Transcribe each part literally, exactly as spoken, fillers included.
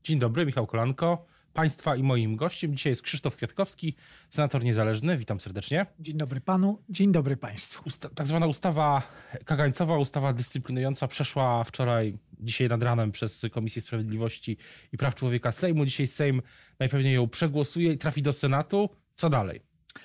Dzień dobry, Michał Kolanko. Państwa i moim gościem dzisiaj jest Krzysztof Kwiatkowski, senator niezależny. Witam serdecznie. Dzień dobry panu, dzień dobry państwu. Usta- tak zwana ustawa kagańcowa, ustawa dyscyplinująca przeszła wczoraj, dzisiaj nad ranem przez Komisję Sprawiedliwości i Praw Człowieka Sejmu. Dzisiaj Sejm najpewniej ją przegłosuje i trafi do Senatu. Co dalej?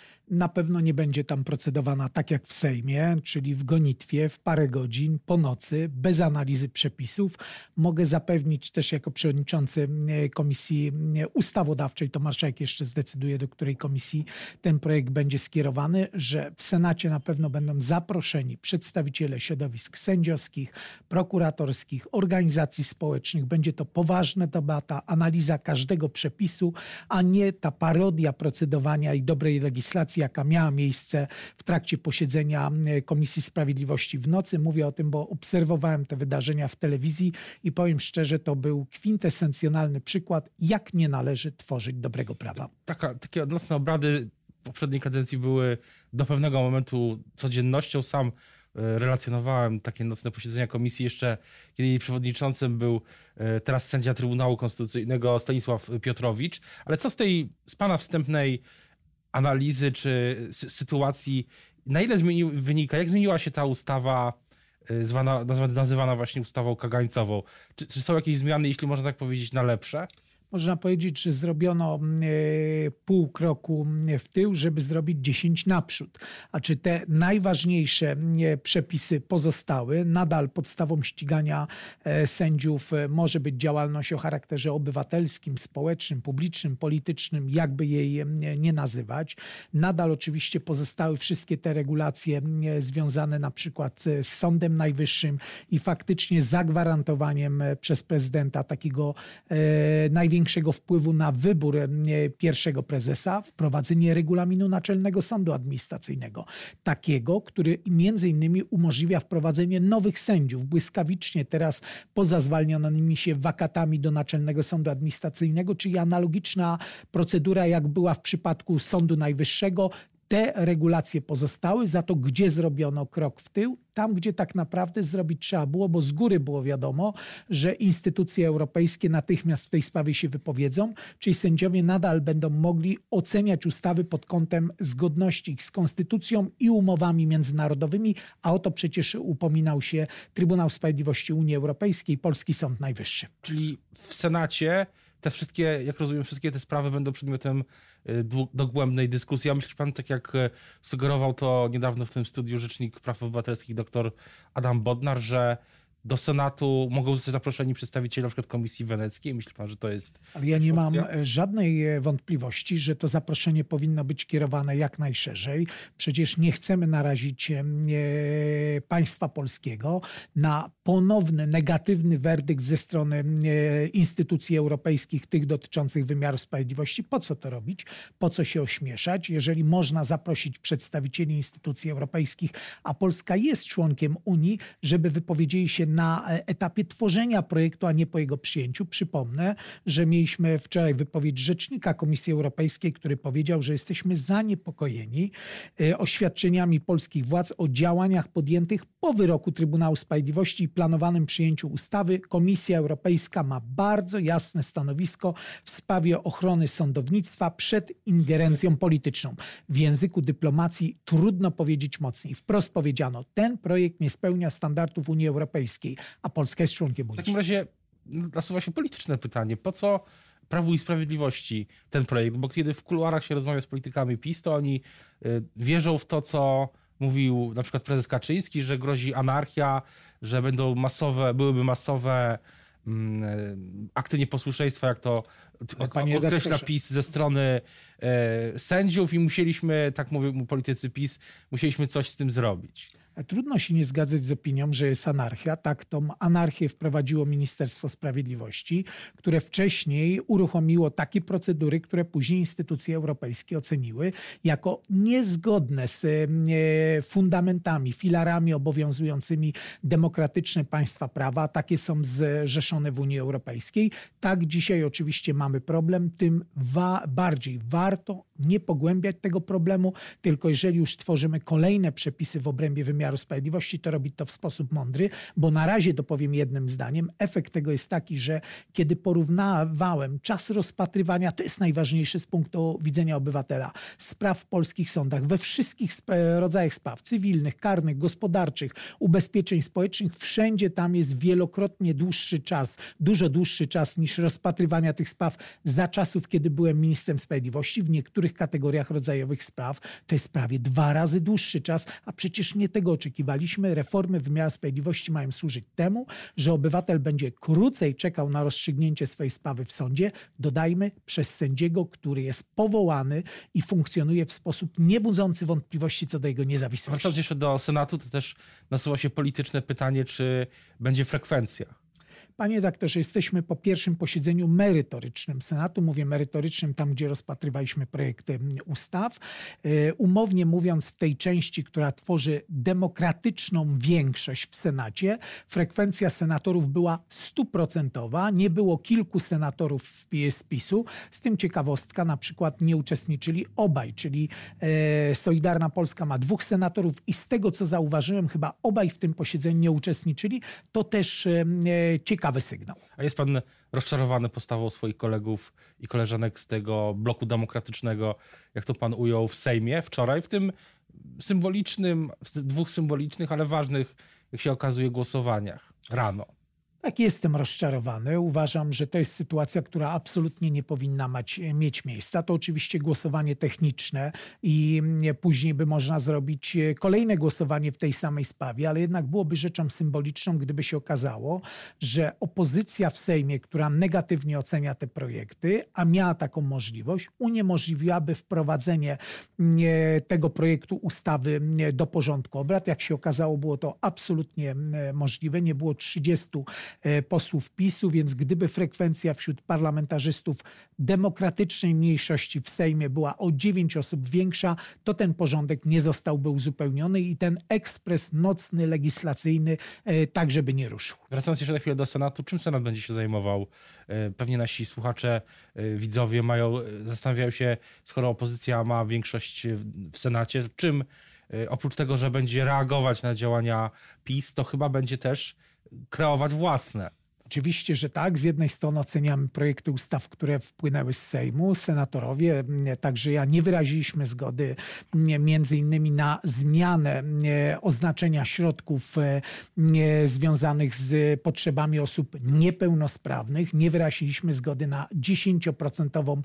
Na pewno nie będzie tam procedowana tak jak w Sejmie, czyli w gonitwie, w parę godzin, po nocy, bez analizy przepisów. Mogę zapewnić też jako przewodniczący Komisji Ustawodawczej, to marszałek jeszcze zdecyduje, do której komisji ten projekt będzie skierowany, że w Senacie na pewno będą zaproszeni przedstawiciele środowisk sędziowskich, prokuratorskich, organizacji społecznych. Będzie to poważna debata, analiza każdego przepisu, a nie ta parodia procedowania i dobrej legislacji, jaka miała miejsce w trakcie posiedzenia Komisji Sprawiedliwości w nocy. Mówię o tym, bo obserwowałem te wydarzenia w telewizji i powiem szczerze, to był kwintesencjonalny przykład, jak nie należy tworzyć dobrego prawa. Taka, takie nocne obrady w poprzedniej kadencji były do pewnego momentu codziennością. Sam relacjonowałem takie nocne posiedzenia komisji jeszcze, kiedy jej przewodniczącym był teraz sędzia Trybunału Konstytucyjnego Stanisław Piotrowicz. Ale co z tej, z pana wstępnej analizy czy sytuacji, na ile zmieni, wynika, jak zmieniła się ta ustawa zwana, nazywana właśnie ustawą kagańcową? Czy, czy są jakieś zmiany, jeśli można tak powiedzieć, na lepsze? Można powiedzieć, że zrobiono pół kroku w tył, żeby zrobić dziesięć naprzód. A czy te najważniejsze przepisy pozostały? Nadal podstawą ścigania sędziów może być działalność o charakterze obywatelskim, społecznym, publicznym, politycznym, jakby jej nie nazywać. Nadal oczywiście pozostały wszystkie te regulacje związane na przykład z Sądem Najwyższym i faktycznie zagwarantowaniem przez prezydenta takiego największego większego wpływu na wybór pierwszego prezesa, wprowadzenie regulaminu Naczelnego Sądu Administracyjnego. Takiego, który między innymi umożliwia wprowadzenie nowych sędziów. Błyskawicznie teraz poza zwalnionymi się wakatami do Naczelnego Sądu Administracyjnego, czyli analogiczna procedura jak była w przypadku Sądu Najwyższego. Te regulacje pozostały, za to gdzie zrobiono krok w tył, tam gdzie tak naprawdę zrobić trzeba było, bo z góry było wiadomo, że instytucje europejskie natychmiast w tej sprawie się wypowiedzą, czyli sędziowie nadal będą mogli oceniać ustawy pod kątem zgodności ich z konstytucją i umowami międzynarodowymi, a o to przecież upominał się Trybunał Sprawiedliwości Unii Europejskiej, Polski Sąd Najwyższy. Czyli w Senacie te wszystkie, jak rozumiem, wszystkie te sprawy będą przedmiotem dogłębnej dyskusji. Ja myślę, że pan, tak jak sugerował to niedawno w tym studiu rzecznik praw obywatelskich dr Adam Bodnar, że do Senatu mogą zostać zaproszeni przedstawiciele na przykład Komisji Weneckiej. Myśli pan, że to jest... Ale ja nie mam żadnej wątpliwości, że to zaproszenie powinno być kierowane jak najszerzej. Przecież nie chcemy narazić państwa polskiego na ponowny negatywny werdykt ze strony instytucji europejskich, tych dotyczących wymiaru sprawiedliwości. Po co to robić? Po co się ośmieszać? Jeżeli można zaprosić przedstawicieli instytucji europejskich, a Polska jest członkiem Unii, żeby wypowiedzieli się na etapie tworzenia projektu, a nie po jego przyjęciu. Przypomnę, że mieliśmy wczoraj wypowiedź rzecznika Komisji Europejskiej, który powiedział, że jesteśmy zaniepokojeni oświadczeniami polskich władz o działaniach podjętych po wyroku Trybunału Sprawiedliwości i planowanym przyjęciu ustawy. Komisja Europejska ma bardzo jasne stanowisko w sprawie ochrony sądownictwa przed ingerencją polityczną. W języku dyplomacji trudno powiedzieć mocniej. Wprost powiedziano, ten projekt nie spełnia standardów Unii Europejskiej, a Polska jest członkiem Unii. W takim razie nasuwa się polityczne pytanie. Po co Prawu i Sprawiedliwości ten projekt? Bo kiedy w kuluarach się rozmawia z politykami PiS, to oni y, wierzą w to, co mówił na przykład prezes Kaczyński, że grozi anarchia, że będą masowe, byłyby masowe mm, akty nieposłuszeństwa, jak to Panie określa redaktorze. PiS ze strony e, sędziów i musieliśmy, tak mówią politycy PiS, musieliśmy coś z tym zrobić. Trudno się nie zgadzać z opinią, że jest anarchia. Tak, tą anarchię wprowadziło Ministerstwo Sprawiedliwości, które wcześniej uruchomiło takie procedury, które później instytucje europejskie oceniły jako niezgodne z fundamentami, filarami obowiązującymi demokratyczne państwa prawa. Takie są zrzeszone w Unii Europejskiej. Tak, dzisiaj oczywiście mamy problem, tym wa- bardziej warto nie pogłębiać tego problemu, tylko jeżeli już tworzymy kolejne przepisy w obrębie wymiaru wymiaru sprawiedliwości, to robić to w sposób mądry, bo na razie, dopowiem jednym zdaniem, efekt tego jest taki, że kiedy porównywałem czas rozpatrywania, to jest najważniejsze z punktu widzenia obywatela, spraw w polskich sądach, we wszystkich rodzajach spraw cywilnych, karnych, gospodarczych, ubezpieczeń społecznych, wszędzie tam jest wielokrotnie dłuższy czas, dużo dłuższy czas niż rozpatrywania tych spraw za czasów, kiedy byłem ministrem sprawiedliwości. W niektórych kategoriach rodzajowych spraw to jest prawie dwa razy dłuższy czas, a przecież nie tego oczekiwaliśmy. Reformy wymiaru sprawiedliwości mają służyć temu, że obywatel będzie krócej czekał na rozstrzygnięcie swojej sprawy w sądzie, dodajmy, przez sędziego, który jest powołany i funkcjonuje w sposób niebudzący wątpliwości co do jego niezawisłości. Wracając jeszcze do Senatu, to też nasuwa się polityczne pytanie, czy będzie frekwencja. Panie redaktorze, jesteśmy po pierwszym posiedzeniu merytorycznym Senatu. Mówię merytorycznym tam, gdzie rozpatrywaliśmy projekty ustaw. Umownie mówiąc, w tej części, która tworzy demokratyczną większość w Senacie, frekwencja senatorów była stuprocentowa. Nie było kilku senatorów z PiS-u. Z tym ciekawostka, na przykład nie uczestniczyli obaj, czyli Solidarna Polska ma dwóch senatorów i z tego, co zauważyłem, chyba obaj w tym posiedzeniu nie uczestniczyli. To też ciekawe sygnał. A jest pan rozczarowany postawą swoich kolegów i koleżanek z tego bloku demokratycznego, jak to pan ujął w Sejmie wczoraj, w tym symbolicznym, w dwóch symbolicznych, ale ważnych, jak się okazuje, głosowaniach rano? Tak, jestem rozczarowany. Uważam, że to jest sytuacja, która absolutnie nie powinna mać, mieć miejsca. To oczywiście głosowanie techniczne i później by można zrobić kolejne głosowanie w tej samej sprawie, ale jednak byłoby rzeczą symboliczną, gdyby się okazało, że opozycja w Sejmie, która negatywnie ocenia te projekty, a miała taką możliwość, uniemożliwiłaby wprowadzenie tego projektu ustawy do porządku obrad. Jak się okazało, było to absolutnie możliwe. Nie było trzydziestu posłów PiS-u, więc gdyby frekwencja wśród parlamentarzystów demokratycznej mniejszości w Sejmie była o dziewięć osób większa, to ten porządek nie zostałby uzupełniony i ten ekspres nocny, legislacyjny także by nie ruszył. Wracając jeszcze na chwilę do Senatu, czym Senat będzie się zajmował? Pewnie nasi słuchacze, widzowie mają, zastanawiają się, skoro opozycja ma większość w Senacie, czym oprócz tego, że będzie reagować na działania PiS, to chyba będzie też kreować własne. Oczywiście, że tak. Z jednej strony oceniamy projekty ustaw, które wpłynęły z Sejmu, senatorowie, także ja nie wyraziliśmy zgody między innymi na zmianę oznaczenia środków związanych z potrzebami osób niepełnosprawnych. Nie wyraziliśmy zgody na dziesięcioprocentową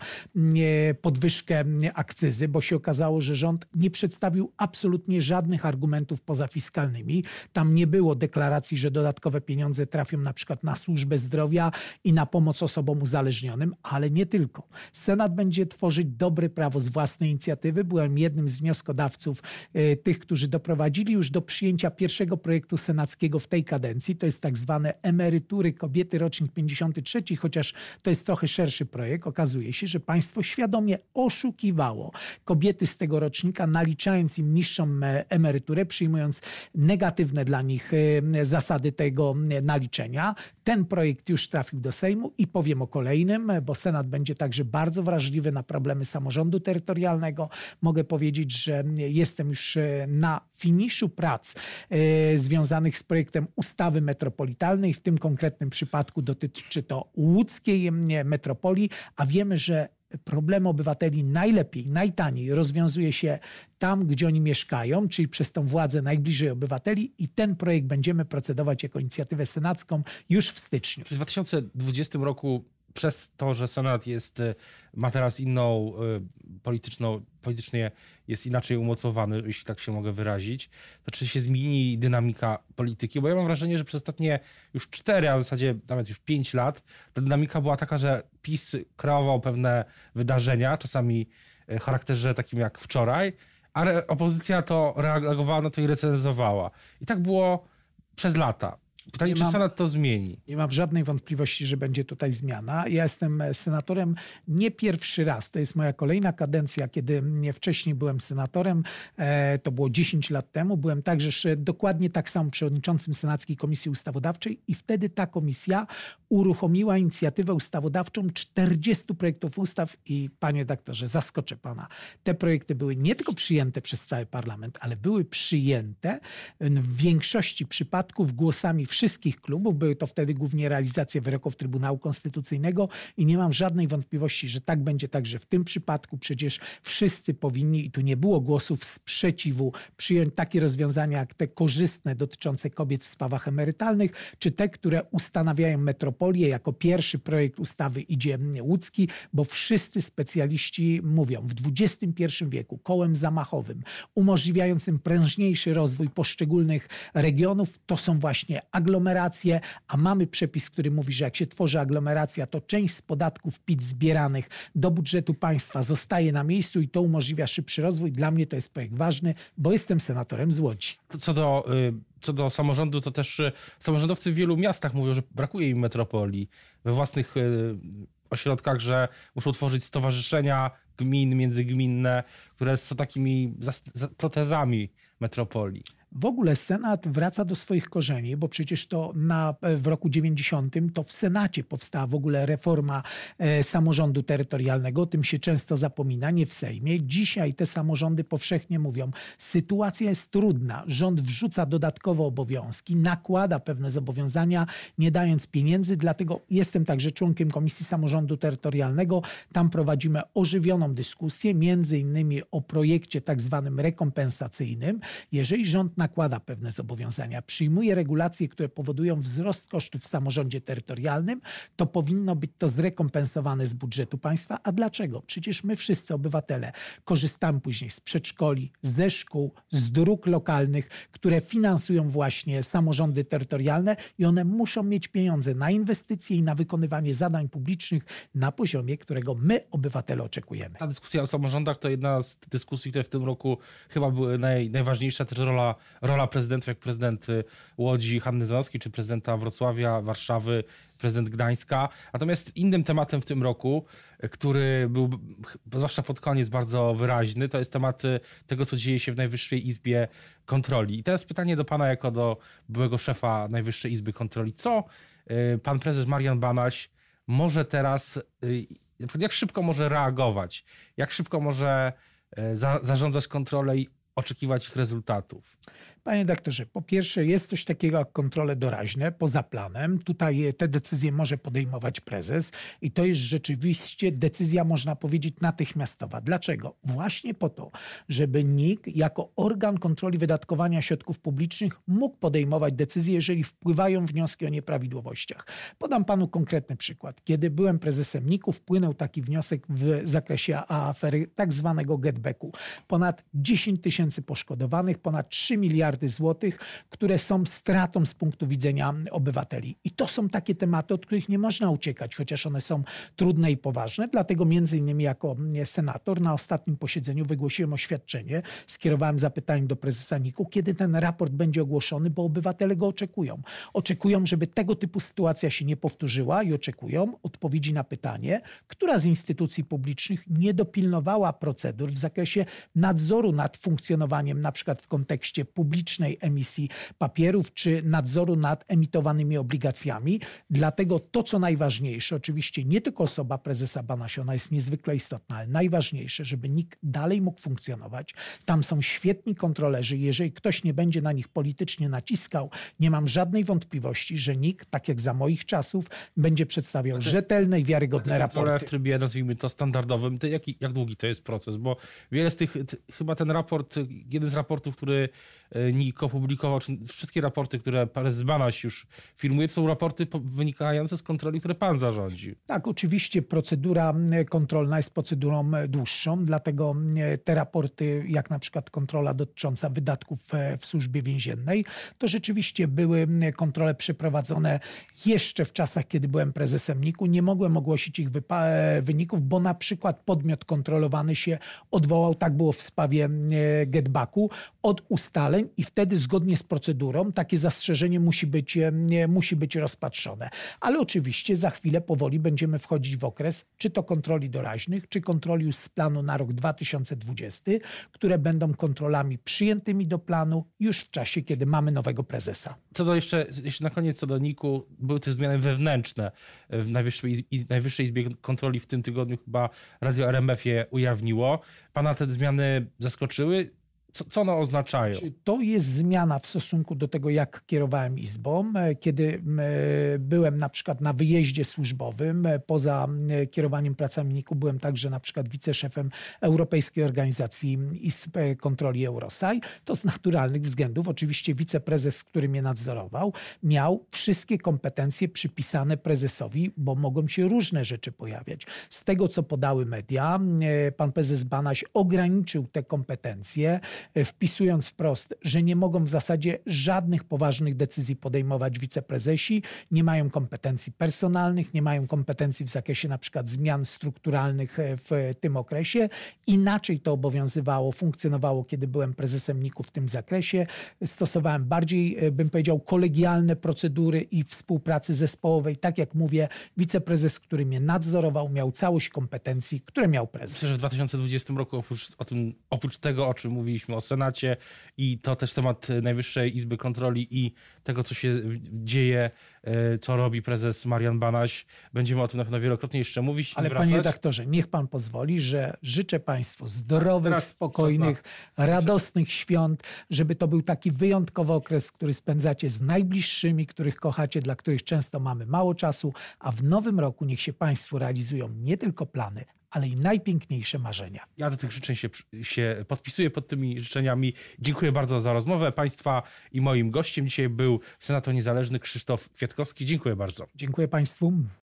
podwyżkę akcyzy, bo się okazało, że rząd nie przedstawił absolutnie żadnych argumentów pozafiskalnymi. Tam nie było deklaracji, że dodatkowe pieniądze trafią na przykład na służbę służbę zdrowia i na pomoc osobom uzależnionym, ale nie tylko. Senat będzie tworzyć dobre prawo z własnej inicjatywy. Byłem jednym z wnioskodawców y, tych, którzy doprowadzili już do przyjęcia pierwszego projektu senackiego w tej kadencji. To jest tak zwane emerytury kobiety rocznik pięćdziesiąty trzeci, chociaż to jest trochę szerszy projekt. Okazuje się, że państwo świadomie oszukiwało kobiety z tego rocznika, naliczając im niższą emeryturę, przyjmując negatywne dla nich y, zasady tego naliczenia. Ten projekt już trafił do Sejmu i powiem o kolejnym, bo Senat będzie także bardzo wrażliwy na problemy samorządu terytorialnego. Mogę powiedzieć, że jestem już na finiszu prac e, związanych z projektem ustawy metropolitalnej. W tym konkretnym przypadku dotyczy to łódzkiej metropolii, a wiemy, że problem obywateli najlepiej, najtaniej rozwiązuje się tam, gdzie oni mieszkają, czyli przez tą władzę najbliżej obywateli i ten projekt będziemy procedować jako inicjatywę senacką już w styczniu. W dwa tysiące dwudziestym roku przez to, że Senat jest, ma teraz inną polityczną, politycznie jest inaczej umocowany, jeśli tak się mogę wyrazić, to czy się zmieni dynamika polityki? Bo ja mam wrażenie, że przez ostatnie już cztery, a w zasadzie nawet już pięć lat ta dynamika była taka, że PiS kreował pewne wydarzenia, czasami w charakterze takim jak wczoraj, a opozycja to reagowała na to i recenzowała. I tak było przez lata. Pytanie, nie czy mam, Senat to zmieni? Nie mam żadnej wątpliwości, że będzie tutaj zmiana. Ja jestem senatorem nie pierwszy raz. To jest moja kolejna kadencja, kiedy wcześniej byłem senatorem. To było dziesięć lat temu. Byłem także dokładnie tak samo przewodniczącym Senackiej Komisji Ustawodawczej i wtedy ta komisja uruchomiła inicjatywę ustawodawczą czterdziestu projektów ustaw i panie doktorze, zaskoczę pana. Te projekty były nie tylko przyjęte przez cały parlament, ale były przyjęte w większości przypadków głosami wszystkich klubów. Były to wtedy głównie realizacje wyroków Trybunału Konstytucyjnego i nie mam żadnej wątpliwości, że tak będzie także w tym przypadku. Przecież wszyscy powinni, i tu nie było głosów sprzeciwu, przyjąć takie rozwiązania jak te korzystne dotyczące kobiet w sprawach emerytalnych, czy te, które ustanawiają metropolię. Jako pierwszy projekt ustawy idzie łódzki, bo wszyscy specjaliści mówią, w dwudziestym pierwszym wieku kołem zamachowym umożliwiającym prężniejszy rozwój poszczególnych regionów to są właśnie aglomeracje, a mamy przepis, który mówi, że jak się tworzy aglomeracja, to część z podatków P I T zbieranych do budżetu państwa zostaje na miejscu i to umożliwia szybszy rozwój. Dla mnie to jest projekt ważny, bo jestem senatorem z Łodzi. Co do, co do samorządu, to też samorządowcy w wielu miastach mówią, że brakuje im metropolii we własnych ośrodkach, że muszą tworzyć stowarzyszenia gmin, międzygminne, które są takimi protezami metropolii. W ogóle Senat wraca do swoich korzeni, bo przecież to na, w roku dziewięćdziesiątym to w Senacie powstała w ogóle reforma e, samorządu terytorialnego. O tym się często zapomina, nie w Sejmie. Dzisiaj te samorządy powszechnie mówią, sytuacja jest trudna. Rząd wrzuca dodatkowe obowiązki, nakłada pewne zobowiązania, nie dając pieniędzy. Dlatego jestem także członkiem Komisji Samorządu Terytorialnego. Tam prowadzimy ożywioną dyskusję, między innymi o projekcie tak zwanym rekompensacyjnym. Jeżeli rząd nakłada pewne zobowiązania, przyjmuje regulacje, które powodują wzrost kosztów w samorządzie terytorialnym, to powinno być to zrekompensowane z budżetu państwa. A dlaczego? Przecież my wszyscy obywatele korzystamy później z przedszkoli, ze szkół, z dróg lokalnych, które finansują właśnie samorządy terytorialne i one muszą mieć pieniądze na inwestycje i na wykonywanie zadań publicznych na poziomie, którego my, obywatele, oczekujemy. Ta dyskusja o samorządach to jedna z dyskusji, które w tym roku chyba były naj, najważniejsza, też rola rola prezydentów, jak prezydent Łodzi Hanny Zalewskiej, czy prezydenta Wrocławia, Warszawy, prezydent Gdańska. Natomiast innym tematem w tym roku, który był zwłaszcza pod koniec bardzo wyraźny, to jest temat tego, co dzieje się w Najwyższej Izbie Kontroli. I teraz pytanie do pana jako do byłego szefa Najwyższej Izby Kontroli. Co pan prezes Marian Banaś może teraz, jak szybko może reagować? Jak szybko może za, zarządzać kontrolę i oczekiwać ich rezultatów? Panie doktorze, po pierwsze jest coś takiego jak kontrole doraźne poza planem. Tutaj te decyzje może podejmować prezes i to jest rzeczywiście decyzja, można powiedzieć, natychmiastowa. Dlaczego? Właśnie po to, żeby N I K jako organ kontroli wydatkowania środków publicznych mógł podejmować decyzje, jeżeli wpływają wnioski o nieprawidłowościach. Podam panu konkretny przykład. Kiedy byłem prezesem N I K-u, wpłynął taki wniosek w zakresie afery tak zwanego getbacku. Ponad dziesięć tysięcy poszkodowanych, ponad trzy miliardy złotych, które są stratą z punktu widzenia obywateli. I to są takie tematy, od których nie można uciekać, chociaż one są trudne i poważne. Dlatego między innymi jako senator na ostatnim posiedzeniu wygłosiłem oświadczenie, skierowałem zapytanie do prezesa N I K-u, kiedy ten raport będzie ogłoszony, bo obywatele go oczekują. Oczekują, żeby tego typu sytuacja się nie powtórzyła i oczekują odpowiedzi na pytanie, która z instytucji publicznych nie dopilnowała procedur w zakresie nadzoru nad funkcjonowaniem, na przykład w kontekście publicznej emisji papierów, czy nadzoru nad emitowanymi obligacjami. Dlatego to, co najważniejsze, oczywiście nie tylko osoba prezesa Banasia, ona jest niezwykle istotna, ale najważniejsze, żeby N I K dalej mógł funkcjonować. Tam są świetni kontrolerzy. Jeżeli ktoś nie będzie na nich politycznie naciskał, nie mam żadnej wątpliwości, że N I K, tak jak za moich czasów, będzie przedstawiał te, rzetelne i wiarygodne raporty. W trybie, nazwijmy to, standardowym. To jak, jak długi to jest proces? Bo wiele z tych, t, chyba ten raport, jeden z raportów, który N I K opublikował, czy wszystkie raporty, które prezes Banaś już firmuje, to są raporty wynikające z kontroli, które pan zarządził. Tak, oczywiście procedura kontrolna jest procedurą dłuższą, dlatego te raporty, jak na przykład kontrola dotycząca wydatków w służbie więziennej, to rzeczywiście były kontrole przeprowadzone jeszcze w czasach, kiedy byłem prezesem N I K-u. Nie mogłem ogłosić ich wyników, bo na przykład podmiot kontrolowany się odwołał, tak było w sprawie getbacku, od ustaleń, ustaleń i wtedy zgodnie z procedurą takie zastrzeżenie musi być, nie, musi być rozpatrzone. Ale oczywiście za chwilę powoli będziemy wchodzić w okres czy to kontroli doraźnych, czy kontroli już z planu na rok dwa tysiące dwudziesty, które będą kontrolami przyjętymi do planu już w czasie, kiedy mamy nowego prezesa. Co do jeszcze, jeszcze na koniec, co do N I K-u, były też zmiany wewnętrzne w Najwyższej, Najwyższej Izbie Kontroli. W tym tygodniu chyba Radio R M F je ujawniło. Pana te zmiany zaskoczyły? Co, co one oznaczają? To jest zmiana w stosunku do tego, jak kierowałem Izbą. Kiedy byłem na przykład na wyjeździe służbowym, poza kierowaniem pracami N I K-u, byłem także na przykład wiceszefem Europejskiej Organizacji Izb Kontroli Eurosai. To z naturalnych względów. Oczywiście wiceprezes, który mnie nadzorował, miał wszystkie kompetencje przypisane prezesowi, bo mogą się różne rzeczy pojawiać. Z tego, co podały media, pan prezes Banaś ograniczył te kompetencje, wpisując wprost, że nie mogą w zasadzie żadnych poważnych decyzji podejmować wiceprezesi, nie mają kompetencji personalnych, nie mają kompetencji w zakresie na przykład zmian strukturalnych w tym okresie. Inaczej to obowiązywało, funkcjonowało, kiedy byłem prezesem N I K-u w tym zakresie. Stosowałem bardziej, bym powiedział, kolegialne procedury i współpracy zespołowej. Tak jak mówię, wiceprezes, który mnie nadzorował, miał całość kompetencji, które miał prezes. Myślę, że w dwa tysiące dwudziestym roku oprócz, o tym, oprócz tego, o czym mówiliśmy o Senacie i to też temat Najwyższej Izby Kontroli i tego, co się dzieje, co robi prezes Marian Banaś. Będziemy o tym na pewno wielokrotnie jeszcze mówić. Ale i wracać. Panie redaktorze, niech pan pozwoli, że życzę państwu zdrowych, Teraz spokojnych, radosnych świąt, żeby to był taki wyjątkowy okres, który spędzacie z najbliższymi, których kochacie, dla których często mamy mało czasu, a w nowym roku niech się państwu realizują nie tylko plany, ale i najpiękniejsze marzenia. Ja do tych życzeń się, się podpisuję pod tymi życzeniami. Dziękuję bardzo za rozmowę państwa i moim gościem dzisiaj był senator niezależny Krzysztof Kwiatkowski. Dziękuję bardzo. Dziękuję państwu.